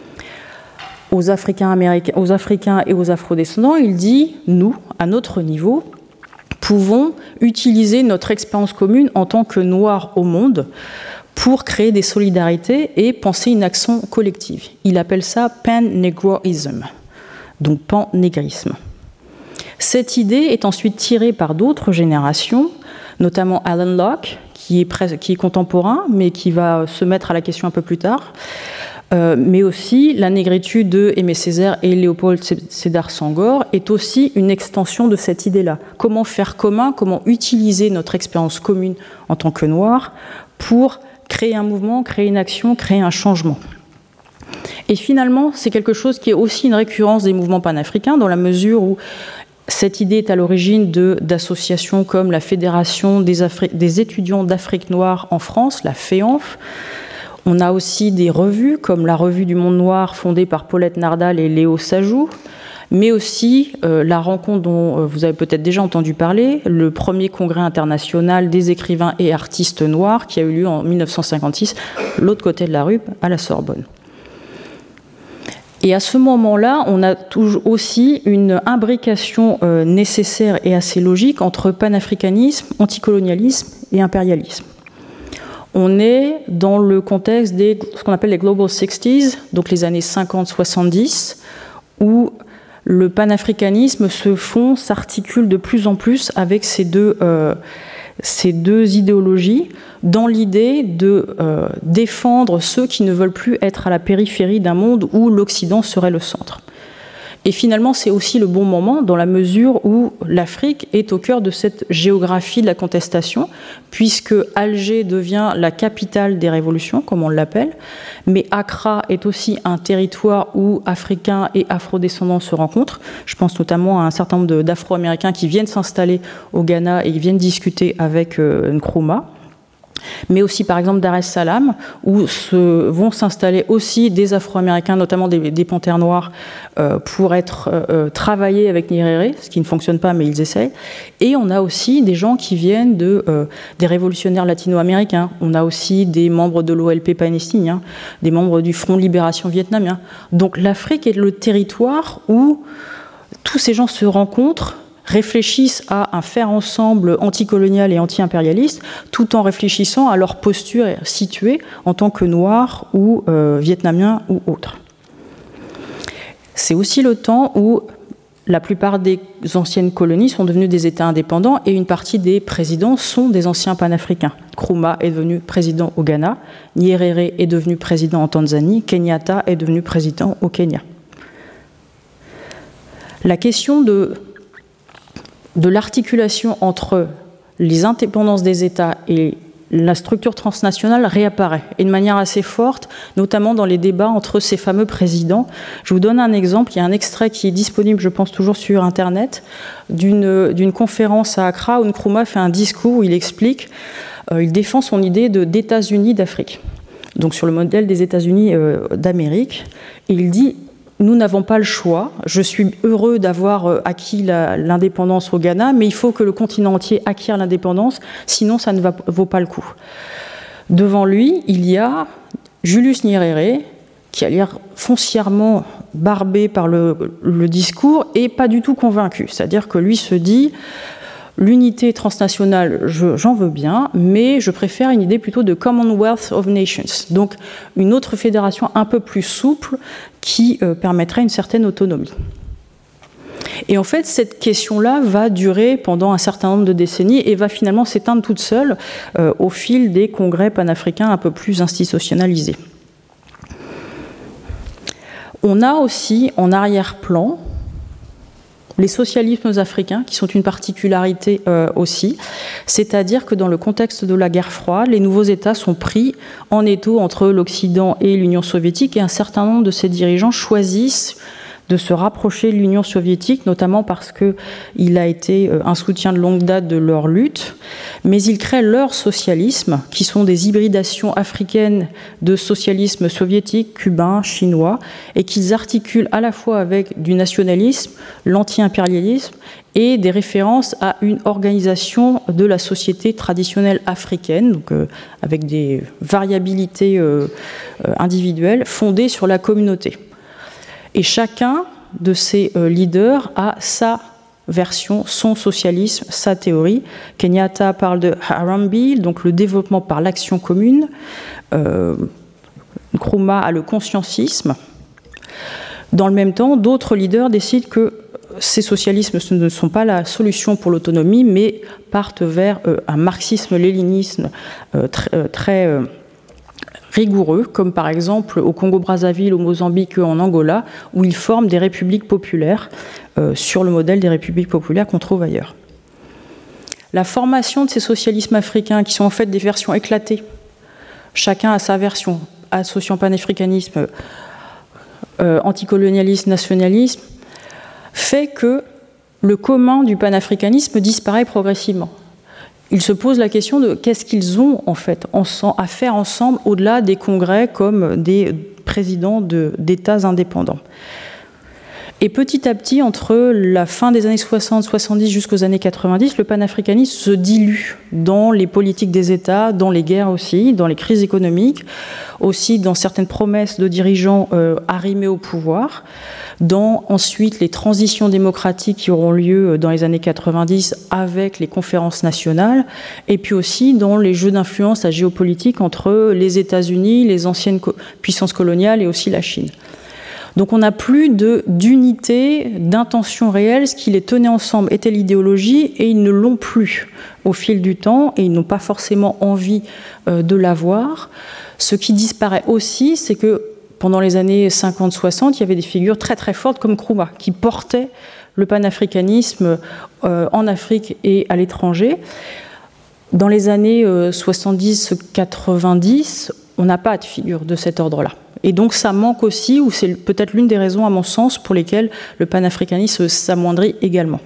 Aux Africains, Américains, aux Africains et aux Afrodescendants, il dit, nous, à notre niveau, pouvons utiliser notre expérience commune en tant que Noirs au monde pour créer des solidarités et penser une action collective. Il appelle ça pan-negroism, donc pan-négrisme. Cette idée est ensuite tirée par d'autres générations, notamment Alan Locke, qui est, presque, qui est contemporain, mais qui va se mettre à la question un peu plus tard, euh, mais aussi la négritude de Aimé Césaire et Léopold Sédar Senghor est aussi une extension de cette idée-là. Comment faire commun, comment utiliser notre expérience commune en tant que Noirs pour créer un mouvement, créer une action, créer un changement. Et finalement, c'est quelque chose qui est aussi une récurrence des mouvements panafricains, dans la mesure où cette idée est à l'origine de, d'associations comme la Fédération des, Afri- des étudiants d'Afrique noire en France, la FEANF. On a aussi des revues, comme la Revue du Monde Noir, fondée par Paulette Nardal et Léo Sajou, mais aussi euh, la rencontre dont euh, vous avez peut-être déjà entendu parler, le premier congrès international des écrivains et artistes noirs qui a eu lieu en mille neuf cent cinquante-six, l'autre côté de la rue, à la Sorbonne. Et à ce moment-là, on a toujours aussi une imbrication euh, nécessaire et assez logique entre panafricanisme, anticolonialisme et impérialisme. On est dans le contexte des ce qu'on appelle les Global sixties, donc les années cinquante soixante-dix, où le panafricanisme se fond, s'articule de plus en plus avec ces deux, euh, ces deux idéologies dans l'idée de euh, défendre ceux qui ne veulent plus être à la périphérie d'un monde où l'Occident serait le centre. Et finalement, c'est aussi le bon moment dans la mesure où l'Afrique est au cœur de cette géographie de la contestation, puisque Alger devient la capitale des révolutions, comme on l'appelle, mais Accra est aussi un territoire où Africains et Afro-descendants se rencontrent. Je pense notamment à un certain nombre d'Afro-Américains qui viennent s'installer au Ghana et qui viennent discuter avec euh, Nkrumah. Mais aussi par exemple Dar es Salaam, où se, vont s'installer aussi des Afro-Américains, notamment des, des Panthères Noires, euh, pour être euh, travailler avec Nyerere, ce qui ne fonctionne pas, mais ils essayent. Et on a aussi des gens qui viennent de, euh, des révolutionnaires latino-américains. On a aussi des membres de l'O L P palestinien, des membres du Front Libération vietnamien. Donc l'Afrique est le territoire où tous ces gens se rencontrent, réfléchissent à un faire ensemble anticolonial et anti-impérialiste, tout en réfléchissant à leur posture située en tant que Noirs ou euh, Vietnamiens ou autres. C'est aussi le temps où la plupart des anciennes colonies sont devenues des États indépendants et une partie des présidents sont des anciens panafricains. Nkrumah est devenu président au Ghana, Nyerere est devenu président en Tanzanie, Kenyatta est devenu président au Kenya. La question de de l'articulation entre les indépendances des États et la structure transnationale réapparaît, et de manière assez forte, notamment dans les débats entre ces fameux présidents. Je vous donne un exemple, il y a un extrait qui est disponible, je pense, toujours sur Internet, d'une, d'une conférence à Accra où Nkrumah fait un discours où il explique, euh, il défend son idée de, d'États-Unis d'Afrique, donc sur le modèle des États-Unis euh, d'Amérique, et il dit: nous n'avons pas le choix. Je suis heureux d'avoir acquis la, l'indépendance au Ghana, mais il faut que le continent entier acquiert l'indépendance, sinon ça ne va, vaut pas le coup. Devant lui, il y a Julius Nyerere, qui a l'air foncièrement barbé par le, le discours et pas du tout convaincu. C'est-à-dire que lui se dit: l'unité transnationale, je, j'en veux bien, mais je préfère une idée plutôt de Commonwealth of Nations, donc une autre fédération un peu plus souple qui euh, permettrait une certaine autonomie. Et en fait, cette question-là va durer pendant un certain nombre de décennies et va finalement s'éteindre toute seule euh, au fil des congrès panafricains un peu plus institutionnalisés. On a aussi en arrière-plan les socialismes africains, qui sont une particularité euh, aussi, c'est-à-dire que dans le contexte de la guerre froide, les nouveaux États sont pris en étau entre l'Occident et l'Union soviétique, et un certain nombre de ces dirigeants choisissent de se rapprocher de l'Union soviétique, notamment parce qu'il a été un soutien de longue date de leur lutte, mais ils créent leur socialisme, qui sont des hybridations africaines de socialisme soviétique, cubain, chinois, et qu'ils articulent à la fois avec du nationalisme, l'anti-impérialisme, et des références à une organisation de la société traditionnelle africaine, donc euh, avec des variabilités euh, individuelles, fondées sur la communauté. Et chacun de ces euh, leaders a sa version, son socialisme, sa théorie. Kenyatta parle de Harambee, donc le développement par l'action commune. Euh, Nkrumah a le consciencisme. Dans le même temps, d'autres leaders décident que ces socialismes ne sont pas la solution pour l'autonomie, mais partent vers euh, un marxisme-léninisme euh, très... Euh, très euh, rigoureux, comme par exemple au Congo-Brazzaville, au Mozambique, en Angola, où ils forment des républiques populaires euh, sur le modèle des républiques populaires qu'on trouve ailleurs. La formation de ces socialismes africains, qui sont en fait des versions éclatées, chacun a sa version, associant panafricanisme, euh, anticolonialisme, nationalisme, fait que le commun du panafricanisme disparaît progressivement. Ils se posent la question de qu'est-ce qu'ils ont en fait à faire ensemble au-delà des congrès comme des présidents de, d'États indépendants. Et petit à petit, entre la fin des années soixante soixante-dix jusqu'aux années quatre-vingt-dix, le panafricanisme se dilue dans les politiques des États, dans les guerres aussi, dans les crises économiques, aussi dans certaines promesses de dirigeants euh, arrimés au pouvoir, dans ensuite les transitions démocratiques qui auront lieu dans les années quatre-vingt-dix avec les conférences nationales, et puis aussi dans les jeux d'influence à géopolitique entre les États-Unis, les anciennes puissances coloniales et aussi la Chine. Donc on n'a plus d'unité, d'intention réelle. Ce qui les tenait ensemble était l'idéologie, et ils ne l'ont plus au fil du temps, et ils n'ont pas forcément envie euh, de l'avoir. Ce qui disparaît aussi, c'est que pendant les années cinquante soixante, il y avait des figures très très fortes comme Nkrumah, qui portaient le panafricanisme euh, en Afrique et à l'étranger. Dans les années euh, soixante-dix quatre-vingt-dix, on n'a pas de figure de cet ordre-là. Et donc ça manque aussi, ou c'est peut-être l'une des raisons à mon sens pour lesquelles le panafricanisme s'amoindrit également.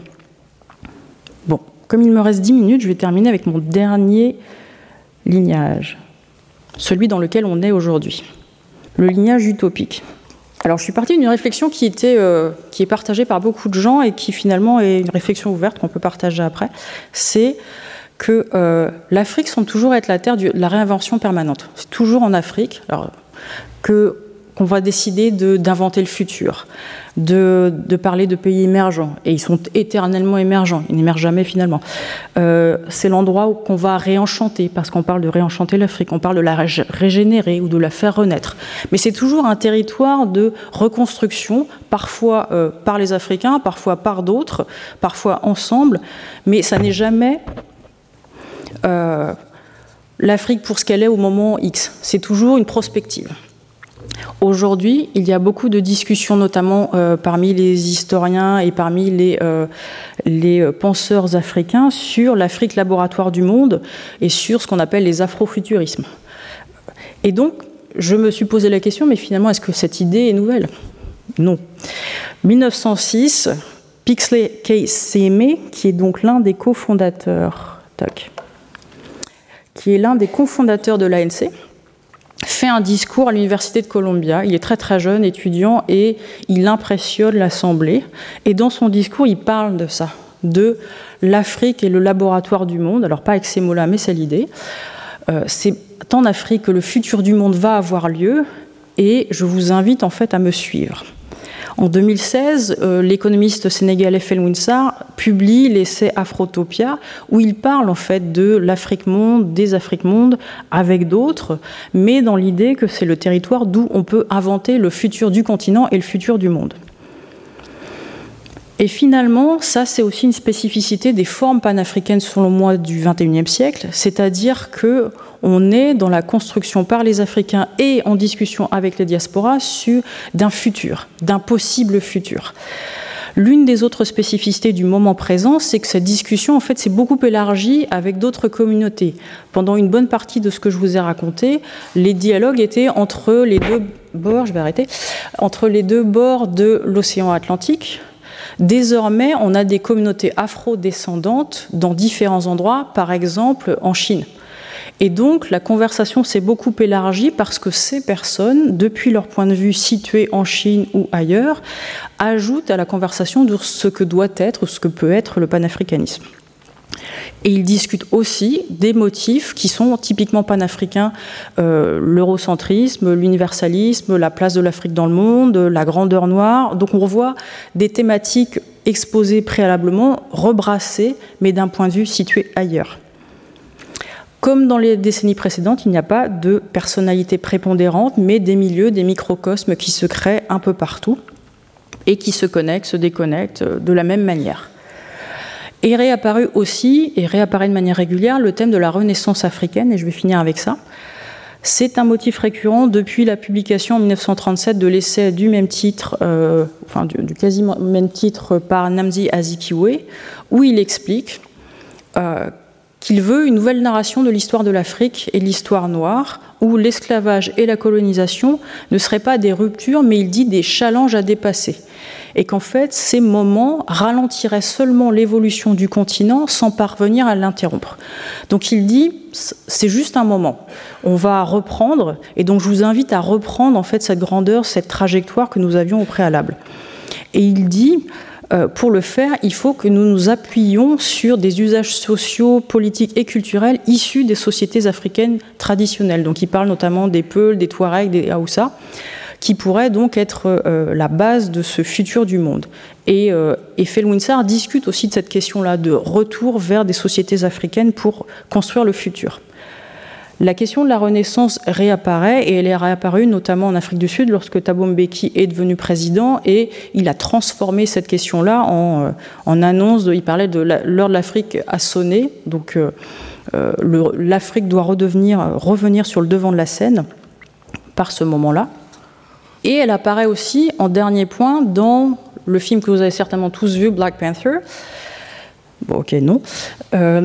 Bon, comme il me reste dix minutes, je vais terminer avec mon dernier lignage, celui dans lequel on est aujourd'hui, le lignage utopique. Alors je suis partie d'une réflexion qui, était, euh, qui est partagée par beaucoup de gens et qui finalement est une réflexion ouverte qu'on peut partager après, c'est que euh, l'Afrique semble toujours être la terre de la réinvention permanente. C'est toujours en Afrique alors, que, qu'on va décider de, d'inventer le futur, de, de parler de pays émergents. Et ils sont éternellement émergents, ils n'émergent jamais finalement. Euh, c'est l'endroit où qu'on va réenchanter, parce qu'on parle de réenchanter l'Afrique, on parle de la régénérer ou de la faire renaître. Mais c'est toujours un territoire de reconstruction, parfois euh, par les Africains, parfois par d'autres, parfois ensemble, mais ça n'est jamais... Euh, l'Afrique pour ce qu'elle est au moment X. C'est toujours une prospective. Aujourd'hui, il y a beaucoup de discussions, notamment euh, parmi les historiens et parmi les, euh, les penseurs africains, sur l'Afrique laboratoire du monde et sur ce qu'on appelle les afrofuturismes. Et donc, je me suis posé la question, mais finalement, est-ce que cette idée est nouvelle ? Non. mille neuf cent six, Pixley Kayiseme, qui est donc l'un des cofondateurs... Tac. qui est l'un des cofondateurs de l'A N C, fait un discours à l'Université de Columbia. Il est très très jeune, étudiant, et il impressionne l'Assemblée. Et dans son discours, il parle de ça, de l'Afrique et le laboratoire du monde. Alors pas avec ces mots-là, mais c'est l'idée. Euh, c'est en Afrique que le futur du monde va avoir lieu, et je vous invite en fait à me suivre. En deux mille seize, euh, l'économiste sénégalais Felwine Sarr publie l'essai Afrotopia, où il parle en fait de l'Afrique-monde, des Afriques-mondes, avec d'autres, mais dans l'idée que c'est le territoire d'où on peut inventer le futur du continent et le futur du monde. Et finalement, ça c'est aussi une spécificité des formes panafricaines selon moi du vingt et unième siècle, c'est-à-dire qu'on est dans la construction par les Africains et en discussion avec les diasporas sur d'un futur, d'un possible futur. L'une des autres spécificités du moment présent, c'est que cette discussion en fait s'est beaucoup élargie avec d'autres communautés. Pendant une bonne partie de ce que je vous ai raconté, les dialogues étaient entre les deux bords, je vais arrêter, entre les deux bords de l'océan Atlantique. Désormais, on a des communautés afro-descendantes dans différents endroits, par exemple en Chine. Et donc, la conversation s'est beaucoup élargie parce que ces personnes, depuis leur point de vue situé en Chine ou ailleurs, ajoutent à la conversation de ce que doit être, ce que peut être le panafricanisme. Et ils discutent aussi des motifs qui sont typiquement panafricains, euh, l'eurocentrisme, l'universalisme, la place de l'Afrique dans le monde, la grandeur noire. Donc on revoit des thématiques exposées préalablement, rebrassées, mais d'un point de vue situé ailleurs. Comme dans les décennies précédentes, il n'y a pas de personnalité prépondérante, mais des milieux, des microcosmes qui se créent un peu partout et qui se connectent, se déconnectent de la même manière. Et réapparu aussi, et réapparaît de manière régulière, le thème de la renaissance africaine, et je vais finir avec ça. C'est un motif récurrent depuis la publication en mille neuf cent trente-sept de l'essai du même titre, euh, enfin du, du quasiment même titre par Nnamdi Azikiwe, où il explique euh, qu'il veut une nouvelle narration de l'histoire de l'Afrique et de l'histoire noire, où l'esclavage et la colonisation ne seraient pas des ruptures, mais il dit des challenges à dépasser. Et qu'en fait, ces moments ralentiraient seulement l'évolution du continent sans parvenir à l'interrompre. Donc il dit, c'est juste un moment. On va reprendre, et donc je vous invite à reprendre en fait cette grandeur, cette trajectoire que nous avions au préalable. Et il dit, euh, pour le faire, il faut que nous nous appuyions sur des usages sociaux, politiques et culturels issus des sociétés africaines traditionnelles. Donc il parle notamment des Peuls, des Touaregs, des Haoussa, qui pourrait donc être euh, la base de ce futur du monde. Et, euh, et Felwine Sarr discute aussi de cette question-là, de retour vers des sociétés africaines pour construire le futur. La question de la Renaissance réapparaît, et elle est réapparue notamment en Afrique du Sud lorsque Thabo Mbeki est devenu président, et il a transformé cette question-là en, en annonce, de, il parlait de la, l'heure de l'Afrique a sonné, donc euh, euh, le, l'Afrique doit redevenir, revenir sur le devant de la scène par ce moment-là. Et elle apparaît aussi, en dernier point, dans le film que vous avez certainement tous vu, Black Panther. Bon, ok, non. Euh,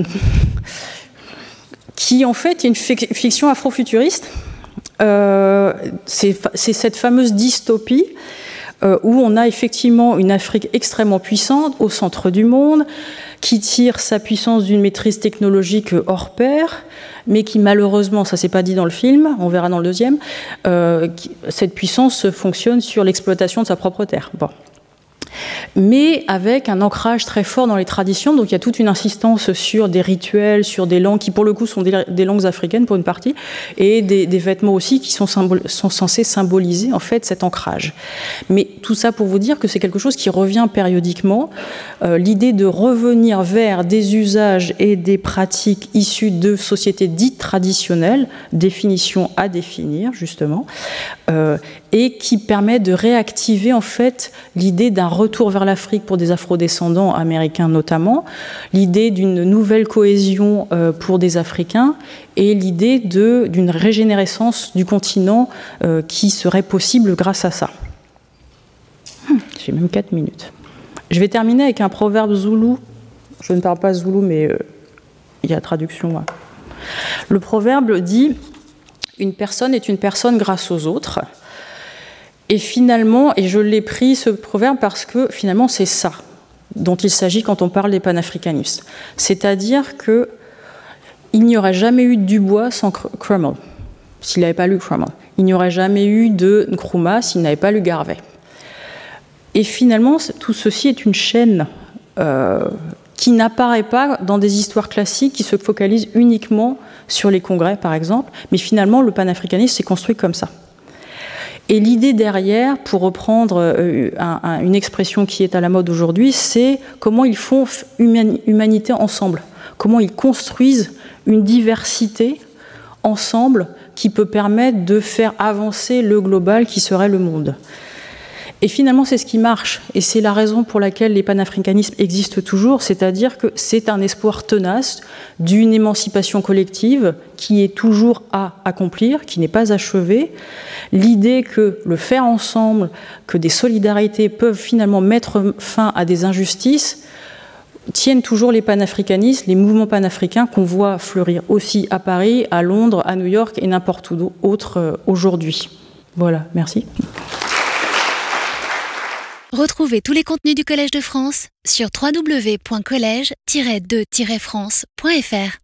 qui en fait est une fiction afrofuturiste. Euh, c'est, c'est cette fameuse dystopie euh, où on a effectivement une Afrique extrêmement puissante au centre du monde, qui tire sa puissance d'une maîtrise technologique hors pair, mais qui malheureusement, ça c'est pas dit dans le film, on verra dans le deuxième, euh, qui, cette puissance fonctionne sur l'exploitation de sa propre terre. Bon. Mais avec un ancrage très fort dans les traditions, donc il y a toute une insistance sur des rituels, sur des langues qui pour le coup sont des, des langues africaines pour une partie, et des, des vêtements aussi qui sont, symbol, sont censés symboliser en fait cet ancrage. Mais tout ça pour vous dire que c'est quelque chose qui revient périodiquement, euh, l'idée de revenir vers des usages et des pratiques issues de sociétés dites traditionnelles, définition à définir justement, euh, et qui permet de réactiver en fait l'idée d'un retour vers l'Afrique pour des afrodescendants américains notamment, l'idée d'une nouvelle cohésion euh, pour des Africains et l'idée de, d'une régénérescence du continent euh, qui serait possible grâce à ça. Hum, j'ai même quatre minutes. Je vais terminer avec un proverbe zoulou. Je ne parle pas zoulou, mais euh, il y a traduction. Ouais. Le proverbe dit « Une personne est une personne grâce aux autres ». Et finalement, et je l'ai pris ce proverbe parce que finalement c'est ça dont il s'agit quand on parle des panafricanistes. C'est-à-dire qu'il n'y aurait jamais eu de Dubois sans Crummell, s'il n'avait pas lu Crummell. Il n'y aurait jamais eu de Nkrumah s'il n'avait pas lu Garvey. Et finalement, tout ceci est une chaîne euh, qui n'apparaît pas dans des histoires classiques qui se focalisent uniquement sur les congrès, par exemple, mais finalement, le panafricanisme s'est construit comme ça. Et l'idée derrière, pour reprendre euh, un, un, une expression qui est à la mode aujourd'hui, c'est comment ils font humani- humanité ensemble, comment ils construisent une diversité ensemble qui peut permettre de faire avancer le global qui serait le monde. Et finalement, c'est ce qui marche, et c'est la raison pour laquelle les panafricanismes existent toujours, c'est-à-dire que c'est un espoir tenace d'une émancipation collective qui est toujours à accomplir, qui n'est pas achevée. L'idée que le faire ensemble, que des solidarités peuvent finalement mettre fin à des injustices, tiennent toujours les panafricanistes, les mouvements panafricains qu'on voit fleurir aussi à Paris, à Londres, à New York et n'importe où d'autre aujourd'hui. Voilà, merci. Retrouvez tous les contenus du Collège de France sur w w w point collège tiret de tiret france point f r.